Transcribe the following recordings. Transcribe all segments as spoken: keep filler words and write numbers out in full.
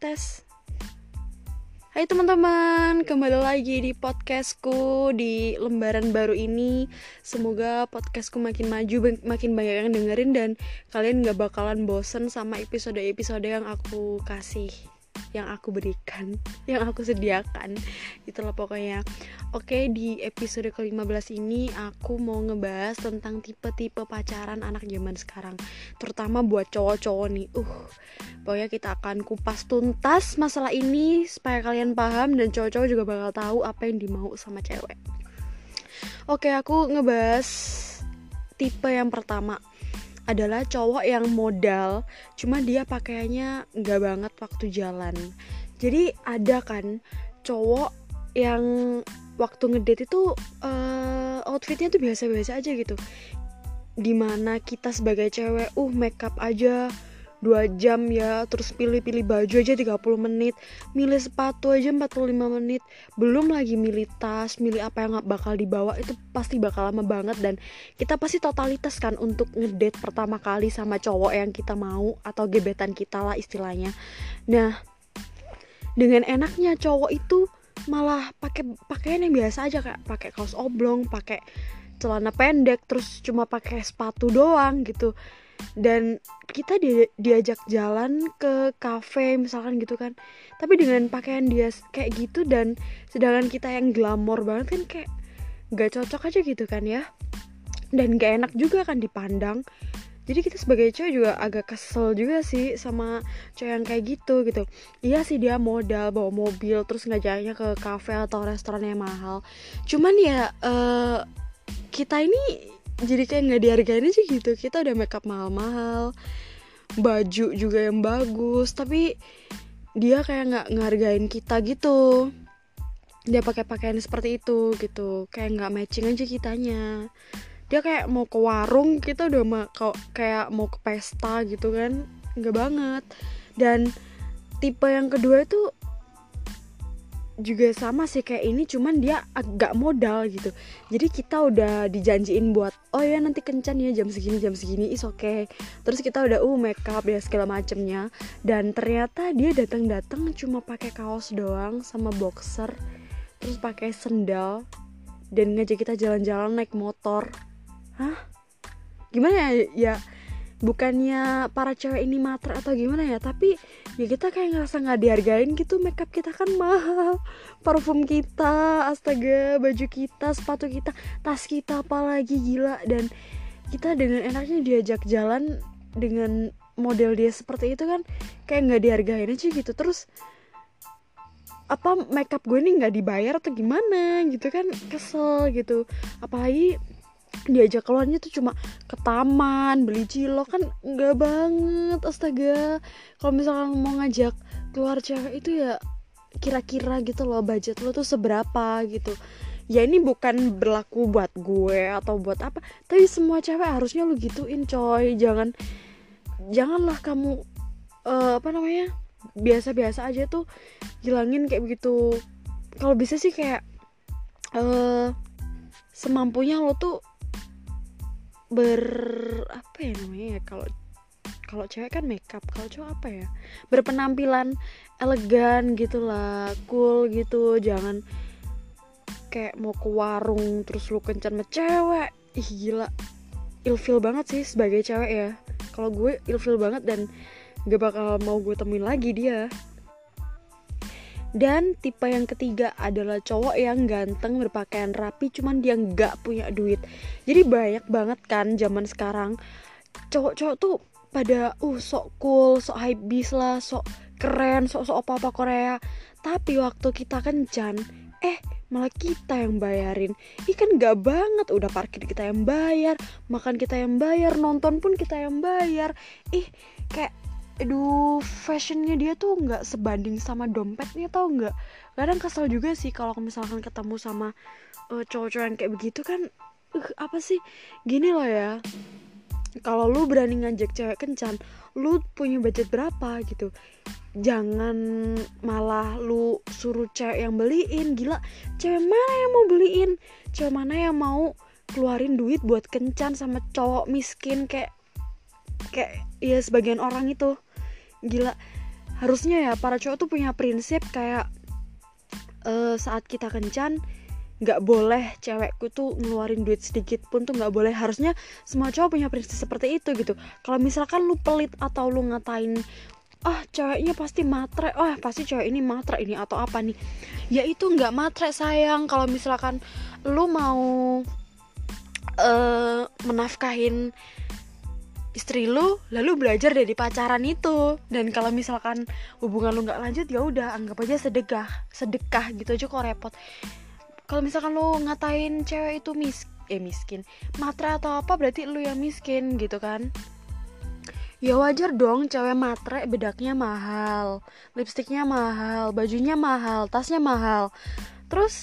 tes. Hai teman-teman, kembali lagi di podcastku di lembaran baru ini. Semoga podcastku makin maju, makin banyak yang dengerin, dan kalian gak bakalan bosen sama episode-episode yang aku kasih, yang aku berikan, yang aku sediakan. Itulah pokoknya. Oke, di episode ke lima belas ini aku mau ngebahas tentang tipe-tipe pacaran anak zaman sekarang, terutama buat cowok-cowok nih. Uh, pokoknya kita akan kupas tuntas masalah ini supaya kalian paham dan cowok-cowok juga bakal tahu apa yang dimau sama cewek. Oke, aku ngebahas tipe yang pertama adalah cowok yang modal, cuma dia pakaiannya nggak banget waktu jalan. Jadi ada kan cowok yang waktu ngedate itu uh, outfitnya tuh biasa-biasa aja gitu. Dimana kita sebagai cewek, uh makeup aja dua jam ya, terus pilih-pilih baju aja tiga puluh menit, milih sepatu aja empat puluh lima menit, belum lagi milih tas, milih apa yang bakal dibawa, itu pasti bakal lama banget. Dan kita pasti totalitas kan untuk ngedate pertama kali sama cowok yang kita mau atau gebetan kita lah istilahnya. Nah, dengan enaknya cowok itu malah pakai pakaian yang biasa aja, kayak pakai kaos oblong, pakai celana pendek, terus cuma pakai sepatu doang gitu. Dan kita di, diajak jalan ke kafe misalkan gitu kan, tapi dengan pakaian dia kayak gitu, dan sedangkan kita yang glamor banget kan, kayak gak cocok aja gitu kan ya. Dan gak enak juga kan dipandang. Jadi kita sebagai cewek juga agak kesel juga sih sama cewek yang kayak gitu gitu. Iya sih dia modal bawa mobil terus ngajaknya ke kafe atau restoran yang mahal, cuman ya uh, kita ini jadi kayak nggak dihargain aja gitu. Kita udah makeup mahal-mahal, baju juga yang bagus, tapi dia kayak nggak ngehargain kita gitu. Dia pakai pakaian seperti itu gitu, kayak nggak matching aja kitanya. Dia kayak mau ke warung, kita udah ma- kayak mau ke pesta gitu kan, nggak banget. Dan tipe yang kedua itu juga sama sih kayak ini, cuman dia agak modal gitu. Jadi kita udah dijanjiin buat, oh ya nanti kencan ya jam segini jam segini, is oke okay. Terus kita udah uh makeup ya segala macemnya, dan ternyata dia datang-datang cuma pakai kaos doang sama boxer, terus pakai sendal, dan ngajak kita jalan-jalan naik motor. Hah? Gimana ya? Ya bukannya para cewek ini matre atau gimana ya, tapi ya kita kayak ngerasa gak dihargain gitu. Makeup kita kan mahal, parfum kita, astaga, baju kita, sepatu kita, tas kita apalagi, gila. Dan kita dengan enaknya diajak jalan dengan model dia seperti itu kan, kayak gak dihargain aja gitu. Terus apa makeup gue ini gak dibayar atau gimana gitu kan, kesel gitu. Apalagi diajak keluarnya tuh cuma ke taman, beli cilok, kan enggak banget, astaga. Kalau misalkan mau ngajak keluar cewek itu ya kira-kira gitu loh, budget lo tuh seberapa gitu. Ya ini bukan berlaku buat gue atau buat apa, tapi semua cewek harusnya lo gituin coy. Jangan Janganlah kamu uh, apa namanya biasa-biasa aja tuh, hilangin kayak begitu. Kalau bisa sih kayak uh, semampunya lo tuh ber apa ya namanya ya, kalau kalau cewek kan makeup, kalau cowok apa ya, berpenampilan elegan gitulah, cool gitu. Jangan kayak mau ke warung terus lu kencan sama cewek. Ih gila, ilfeel banget sih sebagai cewek ya. Kalau gue ilfeel banget dan gak bakal mau gue temuin lagi dia. Dan tipe yang ketiga adalah cowok yang ganteng, berpakaian rapi, cuman dia gak punya duit. Jadi banyak banget kan zaman sekarang cowok-cowok tuh pada uh sok cool, sok hypebeast lah, sok keren, sok-sok apa-apa Korea. Tapi waktu kita kencan, eh malah kita yang bayarin. Ih kan gak banget, udah parkir kita yang bayar, makan kita yang bayar, nonton pun kita yang bayar. Ih kayak aduh, fashionnya dia tuh nggak sebanding sama dompetnya, tau nggak? Kadang kesel juga sih kalau misalkan ketemu sama uh, cowok-cowok yang kayak begitu kan. Uh, apa sih? Gini loh ya, kalau lu berani ngajak cewek kencan, lu punya budget berapa gitu. Jangan malah lu suruh cewek yang beliin. Gila, cewek mana yang mau beliin? Cewek mana yang mau keluarin duit buat kencan sama cowok miskin kayak kayak ya sebagian orang itu. Gila, harusnya ya para cowok tuh punya prinsip kayak uh, saat kita kencan nggak boleh cewekku tuh ngeluarin duit sedikit pun tuh nggak boleh. Harusnya semua cowok punya prinsip seperti itu gitu. Kalau misalkan lu pelit atau lu ngatain ah ceweknya pasti matre, ah pasti cewek ini matre ini atau apa nih, ya itu nggak matre sayang. Kalau misalkan lu mau uh, menafkahin istri lu, lalu belajar dari pacaran itu. Dan kalau misalkan hubungan lu nggak lanjut, ya udah anggap aja sedekah sedekah gitu aja kok repot. Kalau misalkan lu ngatain cewek itu mis eh miskin matre atau apa, berarti lu yang miskin gitu kan. Ya wajar dong cewek matre, bedaknya mahal, lipstiknya mahal, bajunya mahal, tasnya mahal. Terus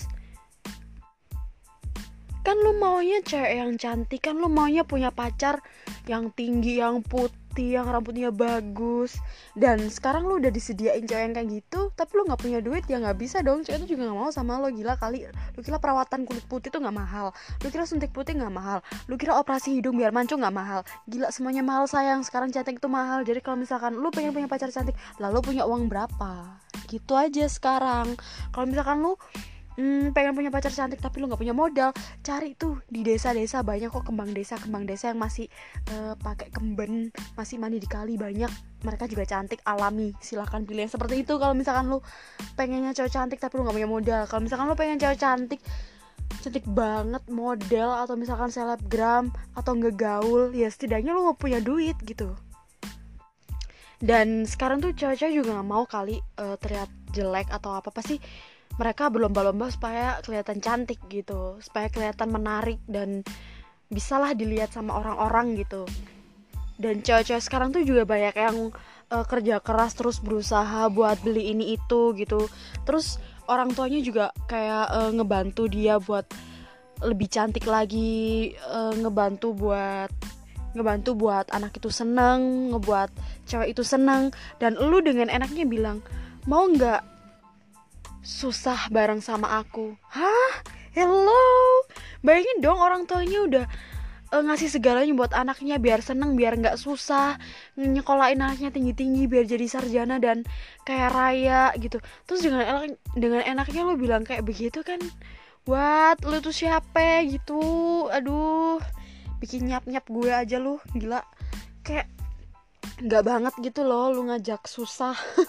kan lu maunya cewek yang cantik, kan lu maunya punya pacar yang tinggi, yang putih, yang rambutnya bagus. Dan sekarang lu udah disediain cewek yang kayak gitu, tapi lu gak punya duit, ya gak bisa dong. Cewek itu juga gak mau sama lo. Gila kali, lu kira perawatan kulit putih tuh gak mahal, lu kira suntik putih gak mahal, lu kira operasi hidung biar mancung gak mahal. Gila, semuanya mahal sayang. Sekarang cantik itu mahal. Jadi kalau misalkan lu pengen punya pacar cantik, lalu punya uang berapa, gitu aja sekarang. Kalau misalkan lu Hmm, pengen punya pacar cantik tapi lu nggak punya modal, cari tuh di desa-desa, banyak kok kembang desa kembang desa yang masih uh, pakai kemben, masih mandi di kali, banyak. Mereka juga cantik alami, silahkan pilih yang seperti itu. Kalau misalkan lu pengennya cewek cantik tapi lu nggak punya modal. Kalau misalkan lu pengen cewek cantik cantik banget, model atau misalkan selebgram atau ngegaul, ya setidaknya lu punya duit gitu. Dan sekarang tuh cewek-cewek juga nggak mau kali uh, terlihat jelek atau apa, pasti mereka berlomba-lomba supaya kelihatan cantik gitu, supaya kelihatan menarik dan bisalah dilihat sama orang-orang gitu. Dan cewek-cewek sekarang tuh juga banyak yang uh, kerja keras terus berusaha buat beli ini itu gitu. Terus orang tuanya juga kayak uh, ngebantu dia buat lebih cantik lagi, uh, ngebantu buat ngebantu buat anak itu seneng, ngebuat cewek itu seneng. Dan lu dengan enaknya bilang, mau nggak susah bareng sama aku? Hah? Hello? Bayangin dong, orang tuanya udah uh, ngasih segalanya buat anaknya biar seneng, biar gak susah, nyekolahin anaknya tinggi-tinggi biar jadi sarjana dan kayak raya gitu. Terus dengan enak, dengan enaknya lo bilang kayak begitu kan. What? Lo tuh siapa gitu? Aduh, bikin nyap-nyap gue aja lu. Gila, kayak gak banget gitu loh lu ngajak susah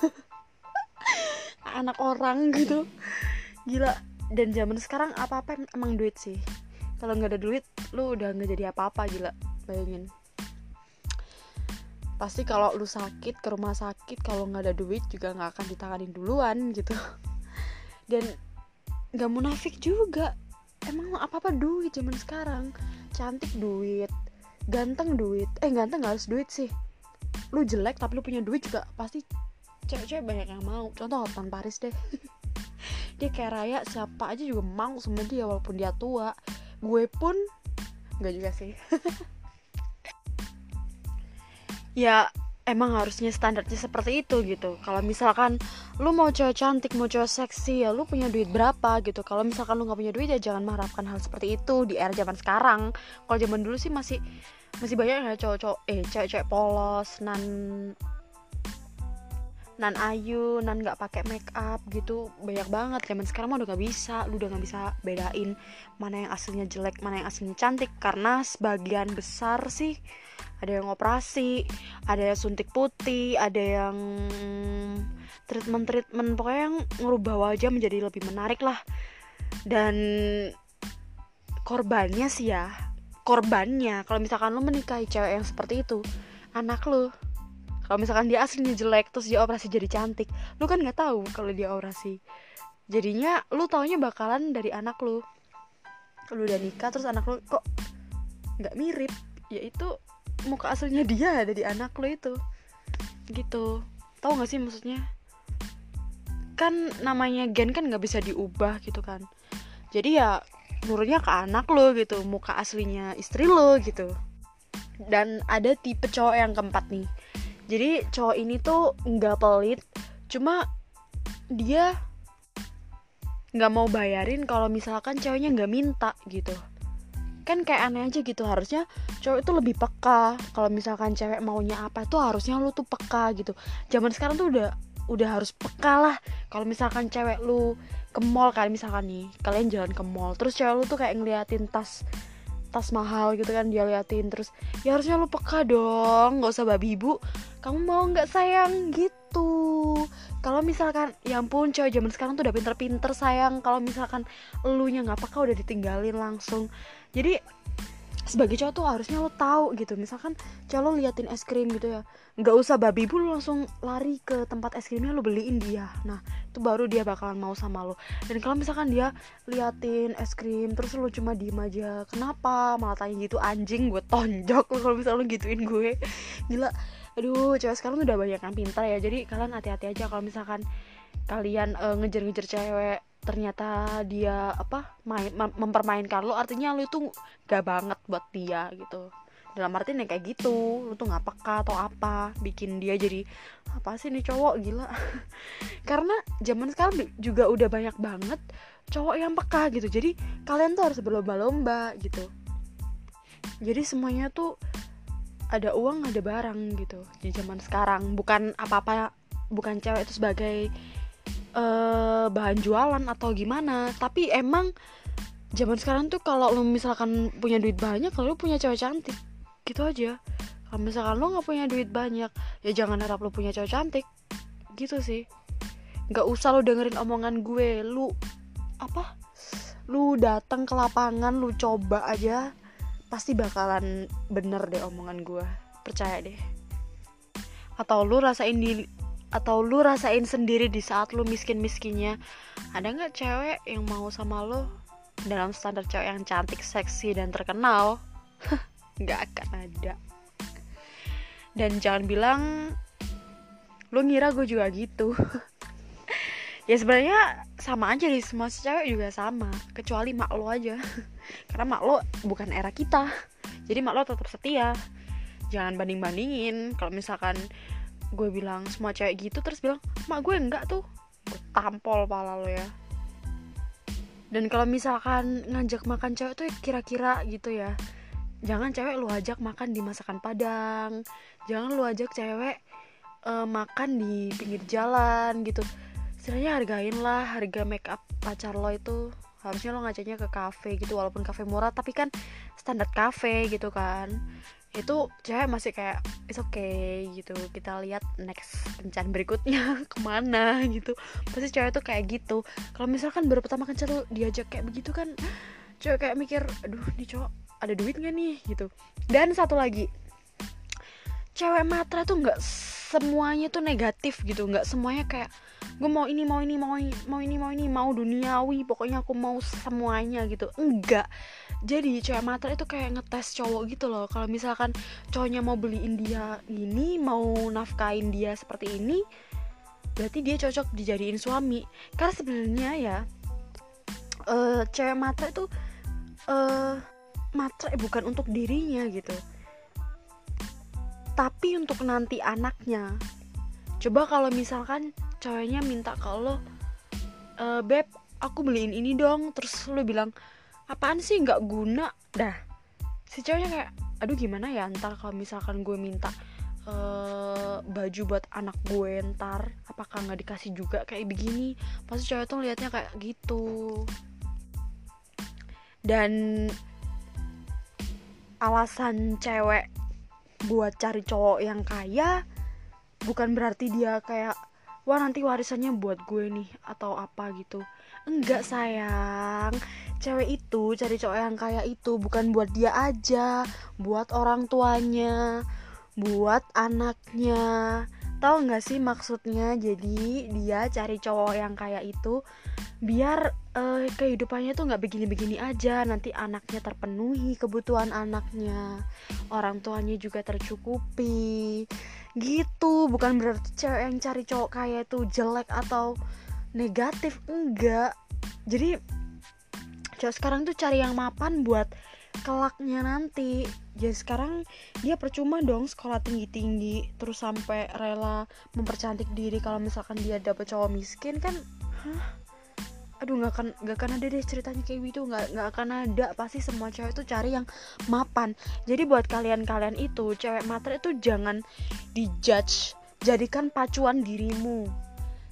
anak orang gitu. Gila. Dan zaman sekarang apa-apa emang duit sih. Kalau nggak ada duit lu udah nggak jadi apa-apa. Gila, bayangin. Pasti kalau lu sakit ke rumah sakit, kalau nggak ada duit juga nggak akan ditanganin duluan gitu. Dan nggak munafik juga, emang apa-apa duit zaman sekarang. Cantik duit, ganteng duit. Eh ganteng nggak harus duit sih. Lu jelek tapi lu punya duit juga pasti cewek-cewek banyak yang mau. Contoh Hotman Paris deh. Dia kayak raya, siapa aja juga mau sama dia walaupun dia tua. Gue pun enggak juga sih. Ya emang harusnya standarnya seperti itu gitu. Kalau misalkan lu mau cewek cantik, mau cewek seksi, ya lu punya duit berapa gitu. Kalau misalkan lu gak punya duit, ya jangan mengharapkan hal seperti itu di era zaman sekarang. Kalau zaman dulu sih masih masih banyak ya cowok-cowok eh cewek-cewek polos, nan nan ayu, nan nggak pakai make up gitu, banyak banget. Zaman sekarang mah udah nggak bisa, lu udah nggak bisa bedain mana yang aslinya jelek, mana yang aslinya cantik, karena sebagian besar sih ada yang operasi, ada yang suntik putih, ada yang treatment treatment pokoknya yang ngerubah wajah menjadi lebih menarik lah. Dan korbannya sih ya, korbannya kalau misalkan lu menikahi cewek yang seperti itu, anak lu. Kalau misalkan dia aslinya jelek terus dia operasi jadi cantik, lu kan nggak tahu kalau dia operasi. Jadinya lu taunya bakalan dari anak lu. Lu udah nikah terus anak lu kok nggak mirip, ya itu muka aslinya dia ada di anak lu itu. Gitu. Tahu nggak sih maksudnya? Kan namanya gen kan nggak bisa diubah gitu kan. Jadi ya nurunnya ke anak lu gitu, muka aslinya istri lu gitu. Dan ada tipe cowok yang keempat nih. Jadi cowok ini tuh gak pelit, cuma dia gak mau bayarin kalau misalkan ceweknya gak minta gitu. Kan kayak aneh aja gitu. Harusnya cowok itu lebih peka. Kalau misalkan cewek maunya apa tuh harusnya lu tuh peka gitu. Zaman sekarang tuh udah udah harus peka lah. Kalau misalkan cewek lu ke mall kan, misalkan nih kalian jalan ke mall, terus cewek lu tuh kayak ngeliatin tas tas mahal gitu kan, dia liatin terus, ya harusnya lu peka dong, nggak usah babi ibu, kamu mau nggak sayang gitu. Kalau misalkan ya ampun, cewek zaman sekarang tuh udah pinter-pinter sayang. Kalau misalkan elunya nggak peka udah ditinggalin langsung. Jadi sebagai cowok tuh harusnya lo tahu gitu, misalkan cowok lo liatin es krim gitu ya, nggak usah babi ibu, lo langsung lari ke tempat es krimnya, lo beliin dia. Nah itu baru dia bakalan mau sama lo. Dan kalau misalkan dia liatin es krim terus lo cuma diem aja, kenapa malah tanya gitu, anjing gue tonjok lo kalau misalnya lo gituin gue. Gila, aduh, cewek sekarang udah banyak yang pintar ya. Jadi kalian hati-hati aja kalau misalkan kalian uh, ngejar-ngejar cewek, ternyata dia apa main mem- mempermainkan lo, artinya lo itu gak banget buat dia gitu. Dalam artian yang kayak gitu, lo tuh nggak peka atau apa, bikin dia jadi apa sih nih cowok, gila. Karena zaman sekarang juga udah banyak banget cowok yang peka gitu. Jadi kalian tuh harus berlomba-lomba gitu. Jadi semuanya tuh ada uang ada barang gitu di zaman sekarang. Bukan apa-apa, bukan cewek itu sebagai Uh, bahan jualan atau gimana, tapi emang zaman sekarang tuh kalau lo misalkan punya duit banyak, kalau lo punya cewek cantik gitu aja. Kalau misalkan lo nggak punya duit banyak, ya jangan harap lo punya cewek cantik gitu sih. Nggak usah lo dengerin omongan gue, lu apa lu datang ke lapangan, lu coba aja, pasti bakalan bener deh omongan gue, percaya deh. Atau lu rasain di atau lu rasain sendiri di saat lu miskin-miskinnya, ada nggak cewek yang mau sama lu dalam standar cewek yang cantik, seksi, dan terkenal? Nggak akan ada. Dan jangan bilang lu ngira gue juga gitu. Ya sebenarnya sama aja, di semua cewek juga sama, kecuali mak lo aja. Karena mak lo bukan era kita, jadi mak lo tetap setia. Jangan banding-bandingin. Kalau misalkan gue bilang semua cewek gitu terus bilang mak gue enggak, tuh gue tampol pala lo ya. Dan kalau misalkan ngajak makan cewek tuh kira-kira gitu ya, jangan cewek lu ajak makan di masakan Padang, jangan lu ajak cewek uh, makan di pinggir jalan gitu. Sebenarnya hargain lah harga make up pacar lo itu. Harusnya lo ngajaknya ke kafe gitu, walaupun kafe murah tapi kan standar kafe gitu kan. Itu cewek masih kayak it's okay gitu, kita lihat next kencan berikutnya kemana gitu. Pasti cewek tuh kayak gitu. Kalau misalkan baru pertama kencan tuh diajak kayak begitu kan, cewek kayak mikir, aduh nih cowok ada duit gak nih gitu. Dan satu lagi, cewek matra tuh gak semuanya tuh negatif gitu, gak semuanya kayak gue mau ini mau ini mau ini mau ini mau ini mau duniawi, pokoknya aku mau semuanya gitu. Enggak. Jadi cewek matra itu kayak ngetes cowok gitu loh. Kalau misalkan cowoknya mau beliin dia ini, mau nafkain dia seperti ini, berarti dia cocok dijadiin suami. Karena sebenarnya ya uh, cewek matra itu uh, matra eh, bukan untuk dirinya gitu, tapi untuk nanti anaknya. Coba kalau misalkan ceweknya minta ke lo, e, beb aku beliin ini dong, terus lo bilang apaan sih nggak guna, dah si ceweknya kayak aduh gimana ya ntar kalau misalkan gue minta e, baju buat anak gue ntar apakah nggak dikasih juga kayak begini. Pasti cewek tuh liatnya kayak gitu. Dan alasan cewek buat cari cowok yang kaya bukan berarti dia kayak wah nanti warisannya buat gue nih atau apa gitu. Enggak sayang, cewek itu cari cowok yang kaya itu bukan buat dia aja, buat orang tuanya, buat anaknya. Tahu nggak sih maksudnya? Jadi dia cari cowok yang kaya itu biar uh, kehidupannya tuh nggak begini-begini aja, nanti anaknya terpenuhi kebutuhan anaknya, orang tuanya juga tercukupi gitu. Bukan berarti cewek yang cari cowok kaya itu jelek atau negatif, enggak. Jadi cowok sekarang tuh cari yang mapan buat kelaknya nanti. Jadi sekarang dia percuma dong sekolah tinggi-tinggi terus sampai rela mempercantik diri kalau misalkan dia dapet cowok miskin kan. Hah? Aduh nggak akan nggak akan ada deh ceritanya kayak gitu, nggak nggak akan ada. Pasti semua cewek tuh cari yang mapan. Jadi buat kalian-kalian itu cewek matre itu jangan dijudge, jadikan pacuan dirimu.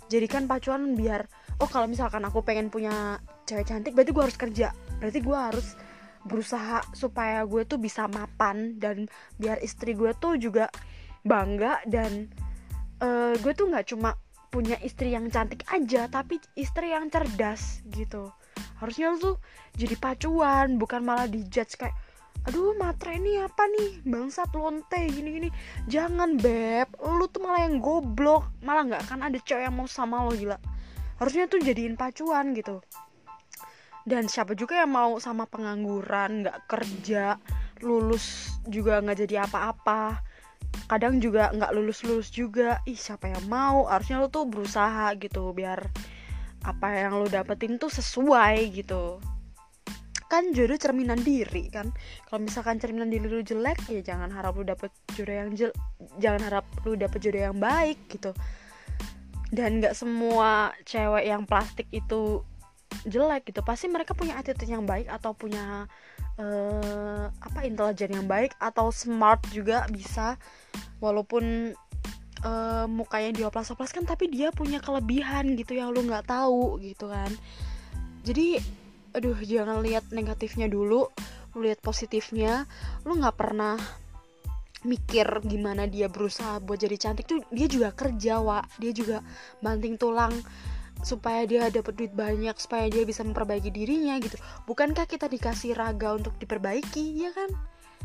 jadikan pacuan biar oh kalau misalkan aku pengen punya cewek cantik berarti gue harus kerja, berarti gue harus berusaha supaya gue tuh bisa mapan dan biar istri gue tuh juga bangga dan uh, gue tuh nggak cuma punya istri yang cantik aja tapi istri yang cerdas gitu. Harusnya lu tuh jadi pacuan, bukan malah dijudge kayak aduh matre ini apa nih bangsat lonte gini-gini. Jangan beb, lu tuh malah yang goblok, malah nggak akan ada cewek yang mau sama lo, gila. Harusnya tuh jadiin pacuan gitu. Dan siapa juga yang mau sama pengangguran, gak kerja, lulus juga gak jadi apa-apa, kadang juga gak lulus-lulus juga. Ih siapa yang mau? Harusnya lo tuh berusaha gitu biar apa yang lo dapetin tuh sesuai gitu. Kan jodoh cerminan diri kan. Kalau misalkan cerminan diri lo jelek, ya jangan harap lo dapet jodoh yang jel- jangan harap lo dapet jodoh yang baik gitu. Dan gak semua cewek yang plastik itu jelek gitu, pasti mereka punya attitude yang baik atau punya uh, apa intelijen yang baik atau smart juga bisa, walaupun uh, mukanya dioplas-oplas kan, tapi dia punya kelebihan gitu yang lu nggak tahu gitu kan. Jadi aduh jangan lihat negatifnya dulu, lu lihat positifnya. Lu nggak pernah mikir gimana dia berusaha buat jadi cantik tuh, dia juga kerja wa, dia juga banting tulang supaya dia dapat duit banyak, supaya dia bisa memperbaiki dirinya gitu. Bukankah kita dikasih raga untuk diperbaiki, ya kan?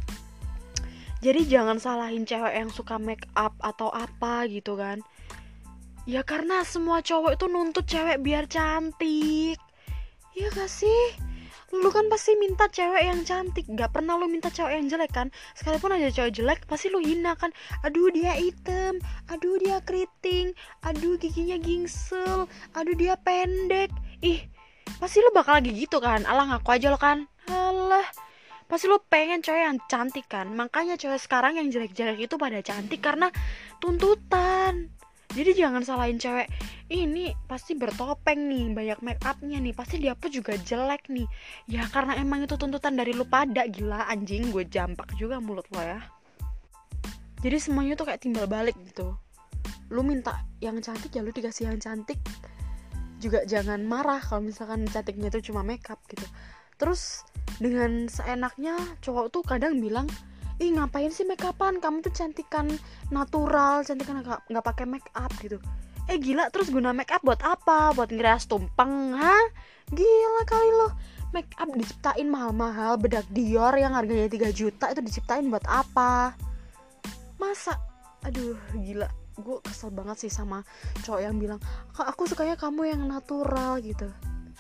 Jadi jangan salahin cewek yang suka make up atau apa gitu kan. Ya karena semua cowok itu nuntut cewek biar cantik. Ya gak sih? Lu kan pasti minta cewek yang cantik, gak pernah lu minta cewek yang jelek kan. Sekalipun aja cewek jelek pasti lu hina kan. Aduh dia hitam, aduh dia keriting, aduh giginya gingsel, aduh dia pendek. Ih pasti lu bakal lagi gitu kan. Alah ngaku aja lo kan. Alah pasti lu pengen cewek yang cantik kan. Makanya cewek sekarang yang jelek-jelek itu pada cantik karena tuntutan. Jadi jangan salahin cewek ini pasti bertopeng nih, banyak make upnya nih, pasti dia pun juga jelek nih. Ya karena emang itu tuntutan dari lu pada. Gila anjing, gue jampak juga mulut lo ya. Jadi semuanya tuh kayak timbal balik gitu. Lu minta yang cantik ya lu dikasih yang cantik. Juga jangan marah kalau misalkan cantiknya tuh cuma make up gitu. Terus dengan seenaknya cowok tuh kadang bilang, ih ngapain sih make upan, kamu tuh cantikan natural, cantikan gak, gak pakai make up gitu. Eh gila, terus guna make up buat apa? Buat ngerias tumpeng, ha? Gila kali lo. Make up diciptain mahal-mahal, bedak Dior yang harganya tiga juta itu diciptain buat apa? Masa? Aduh gila, gue kesel banget sih sama cowok yang bilang, kak aku sukanya kamu yang natural gitu.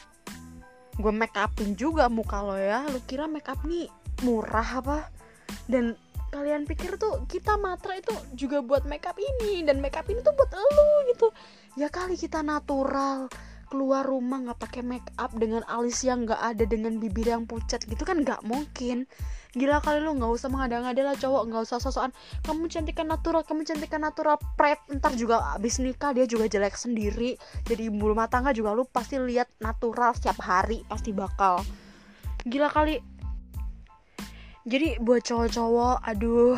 Gue make upin juga muka lo ya. Lu kira make up nih murah apa? Dan kalian pikir tuh kita matra itu juga buat makeup ini, dan makeup ini tuh buat elu gitu. Ya kali kita natural, keluar rumah nggak pakai makeup dengan alis yang nggak ada, dengan bibir yang pucat gitu kan nggak mungkin. Gila kali lu, nggak usah mengada-ngada lah cowok, nggak usah sosokan kamu cantikan natural, kamu cantikan natural pret, ntar juga abis nikah dia juga jelek sendiri. Jadi ibu rumah tangga juga lu pasti lihat natural setiap hari, pasti bakal. Gila kali. Jadi buat cowok-cowok, aduh,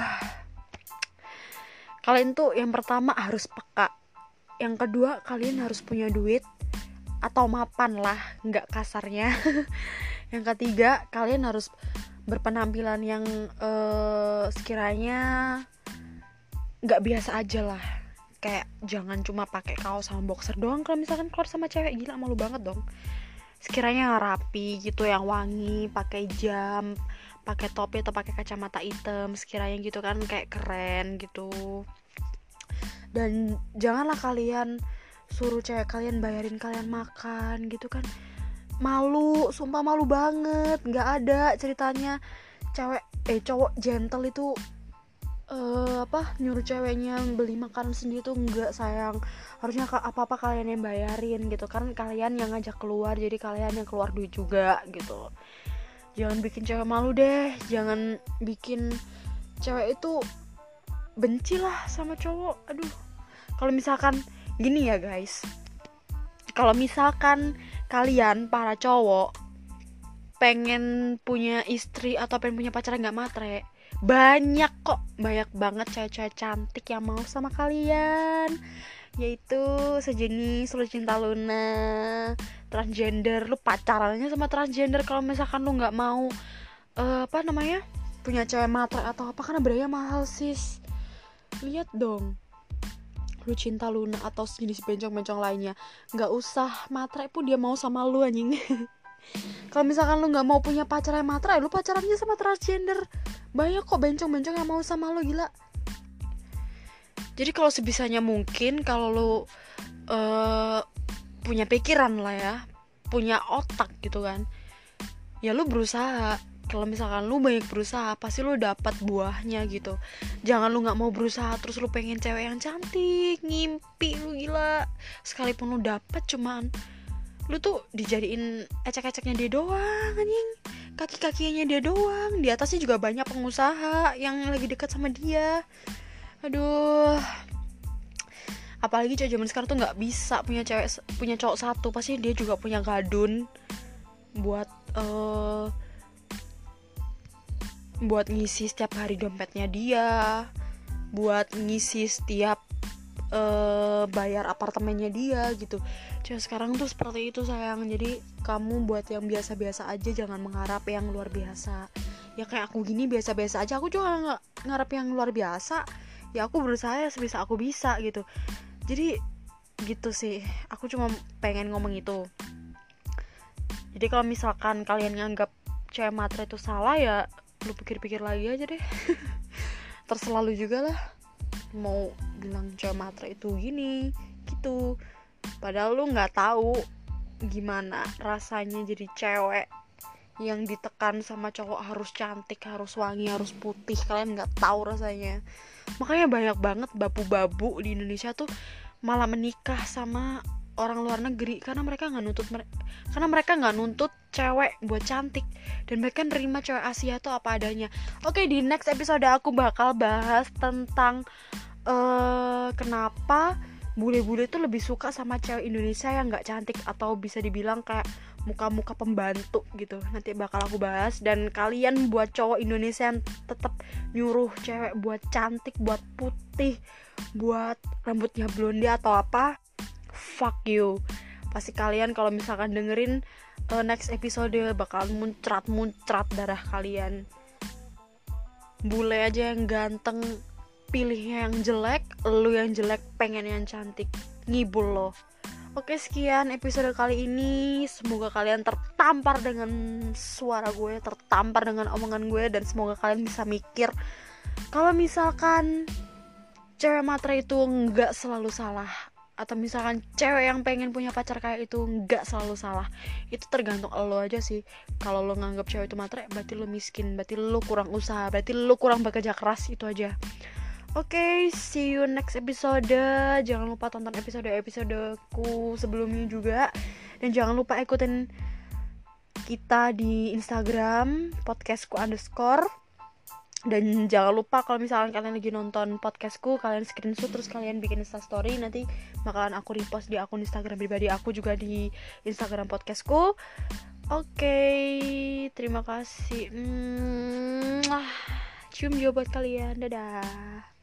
kalian tuh yang pertama harus peka, yang kedua kalian harus punya duit atau mapan lah, nggak kasarnya. Yang ketiga kalian harus berpenampilan yang uh, sekiranya nggak biasa aja lah. Kayak jangan cuma pakai kaos sama boxer doang kalau misalkan keluar sama cewek, gila malu banget dong. Sekiranya rapi gitu, yang wangi, pakai jam, pakai topi atau pakai kacamata hitam sekiranya gitu kan, kayak keren gitu. Dan janganlah kalian suruh cewek kalian bayarin kalian makan gitu kan. Malu, sumpah malu banget. Nggak ada ceritanya cewek eh cowok gentle itu uh, apa nyuruh ceweknya beli makanan sendiri tuh nggak, sayang. Harusnya apa-apa kalian yang bayarin gitu kan, kalian yang ngajak keluar, jadi kalian yang keluar duit juga gitu. Jangan bikin cewek malu deh, jangan bikin cewek itu benci lah sama cowok. Aduh, kalau misalkan gini ya guys, kalau misalkan kalian para cowok pengen punya istri atau pengen punya pacar yang gak matre, banyak kok, banyak banget cewek-cewek cantik yang mau sama kalian. yaitu sejenis Lu Cinta Luna, transgender. Lu pacarannya sama transgender kalau misalkan lu nggak mau uh, apa namanya punya cewek matre atau apa, karena biaya mahal sis. Lihat dong, Lu Cinta Luna atau sejenis bencong-bencong lainnya, nggak usah matre pun dia mau sama lu anjing. Kalau misalkan lu nggak mau punya pacar yang matre, lu pacarannya sama transgender. Banyak kok bencong-bencong yang mau sama lu, gila. Jadi kalau sebisanya mungkin kalau lu uh, punya pikiran lah ya, punya otak gitu kan, ya lu berusaha. Kalau misalkan lu banyak berusaha, pasti lu dapat buahnya gitu. Jangan lu nggak mau berusaha terus lu pengen cewek yang cantik, ngimpi lu, gila. Sekalipun lu dapat, cuman lu tuh dijadiin ecek-eceknya dia doang anjing, kaki-kakinya dia doang, di atasnya juga banyak pengusaha yang lagi dekat sama dia. Aduh, apalagi cewek zaman sekarang tuh nggak bisa punya cewek punya cowok satu, pasti dia juga punya gadun buat uh, buat ngisi setiap hari dompetnya dia, buat ngisi setiap uh, bayar apartemennya dia gitu. Cewek sekarang tuh seperti itu sayang. Jadi kamu buat yang biasa-biasa aja, jangan mengharap yang luar biasa. Ya kayak aku gini biasa-biasa aja, aku juga nggak ngarap yang luar biasa. Ya aku berusaha ya sebisa aku bisa gitu. Jadi gitu sih, aku cuma pengen ngomong itu. Jadi kalau misalkan kalian nganggap cewek matre itu salah, ya lu pikir-pikir lagi aja deh. Terserah lu juga lah, mau bilang cewek matre itu gini gitu, padahal lu nggak tahu gimana rasanya jadi cewek yang ditekan sama cowok harus cantik, harus wangi, harus putih. Kalian nggak tahu rasanya. Makanya banyak banget babu-babu di Indonesia tuh malah menikah sama orang luar negeri karena mereka nggak nuntut karena mereka nggak nuntut cewek buat cantik, dan mereka nerima cewek Asia tuh apa adanya. Oke, di next episode aku bakal bahas tentang uh, kenapa bule-bule tuh lebih suka sama cewek Indonesia yang nggak cantik atau bisa dibilang kayak muka-muka pembantu gitu. Nanti bakal aku bahas. Dan kalian buat cowok Indonesia yang tetap nyuruh cewek buat cantik, buat putih, buat rambutnya blonde atau apa, fuck you. Pasti kalian kalau misalkan dengerin uh, next episode bakal muncrat-muncrat darah kalian. Bule aja yang ganteng pilihnya yang jelek, lu yang jelek pengen yang cantik, ngibul lo. Oke, sekian episode kali ini. Semoga kalian tertampar dengan suara gue, tertampar dengan omongan gue, dan semoga kalian bisa mikir kalau misalkan cewek matre itu nggak selalu salah, atau misalkan cewek yang pengen punya pacar kayak itu nggak selalu salah. Itu tergantung lo aja sih. Kalau lo nganggap cewek itu matre, berarti lo miskin, berarti lo kurang usaha, berarti lo kurang bekerja keras. Itu aja. Oke, okay, see you next episode. Jangan lupa tonton episode-episodeku sebelumnya juga. Dan jangan lupa ikutin kita di Instagram podcastku underscore. Dan jangan lupa kalau misalkan kalian lagi nonton podcastku, kalian screenshot terus kalian bikin instastory. Nanti bakalan aku repost di akun Instagram pribadi aku juga di Instagram podcastku. Oke, okay, terima kasih. hmm, Cium juga buat kalian. Dadah.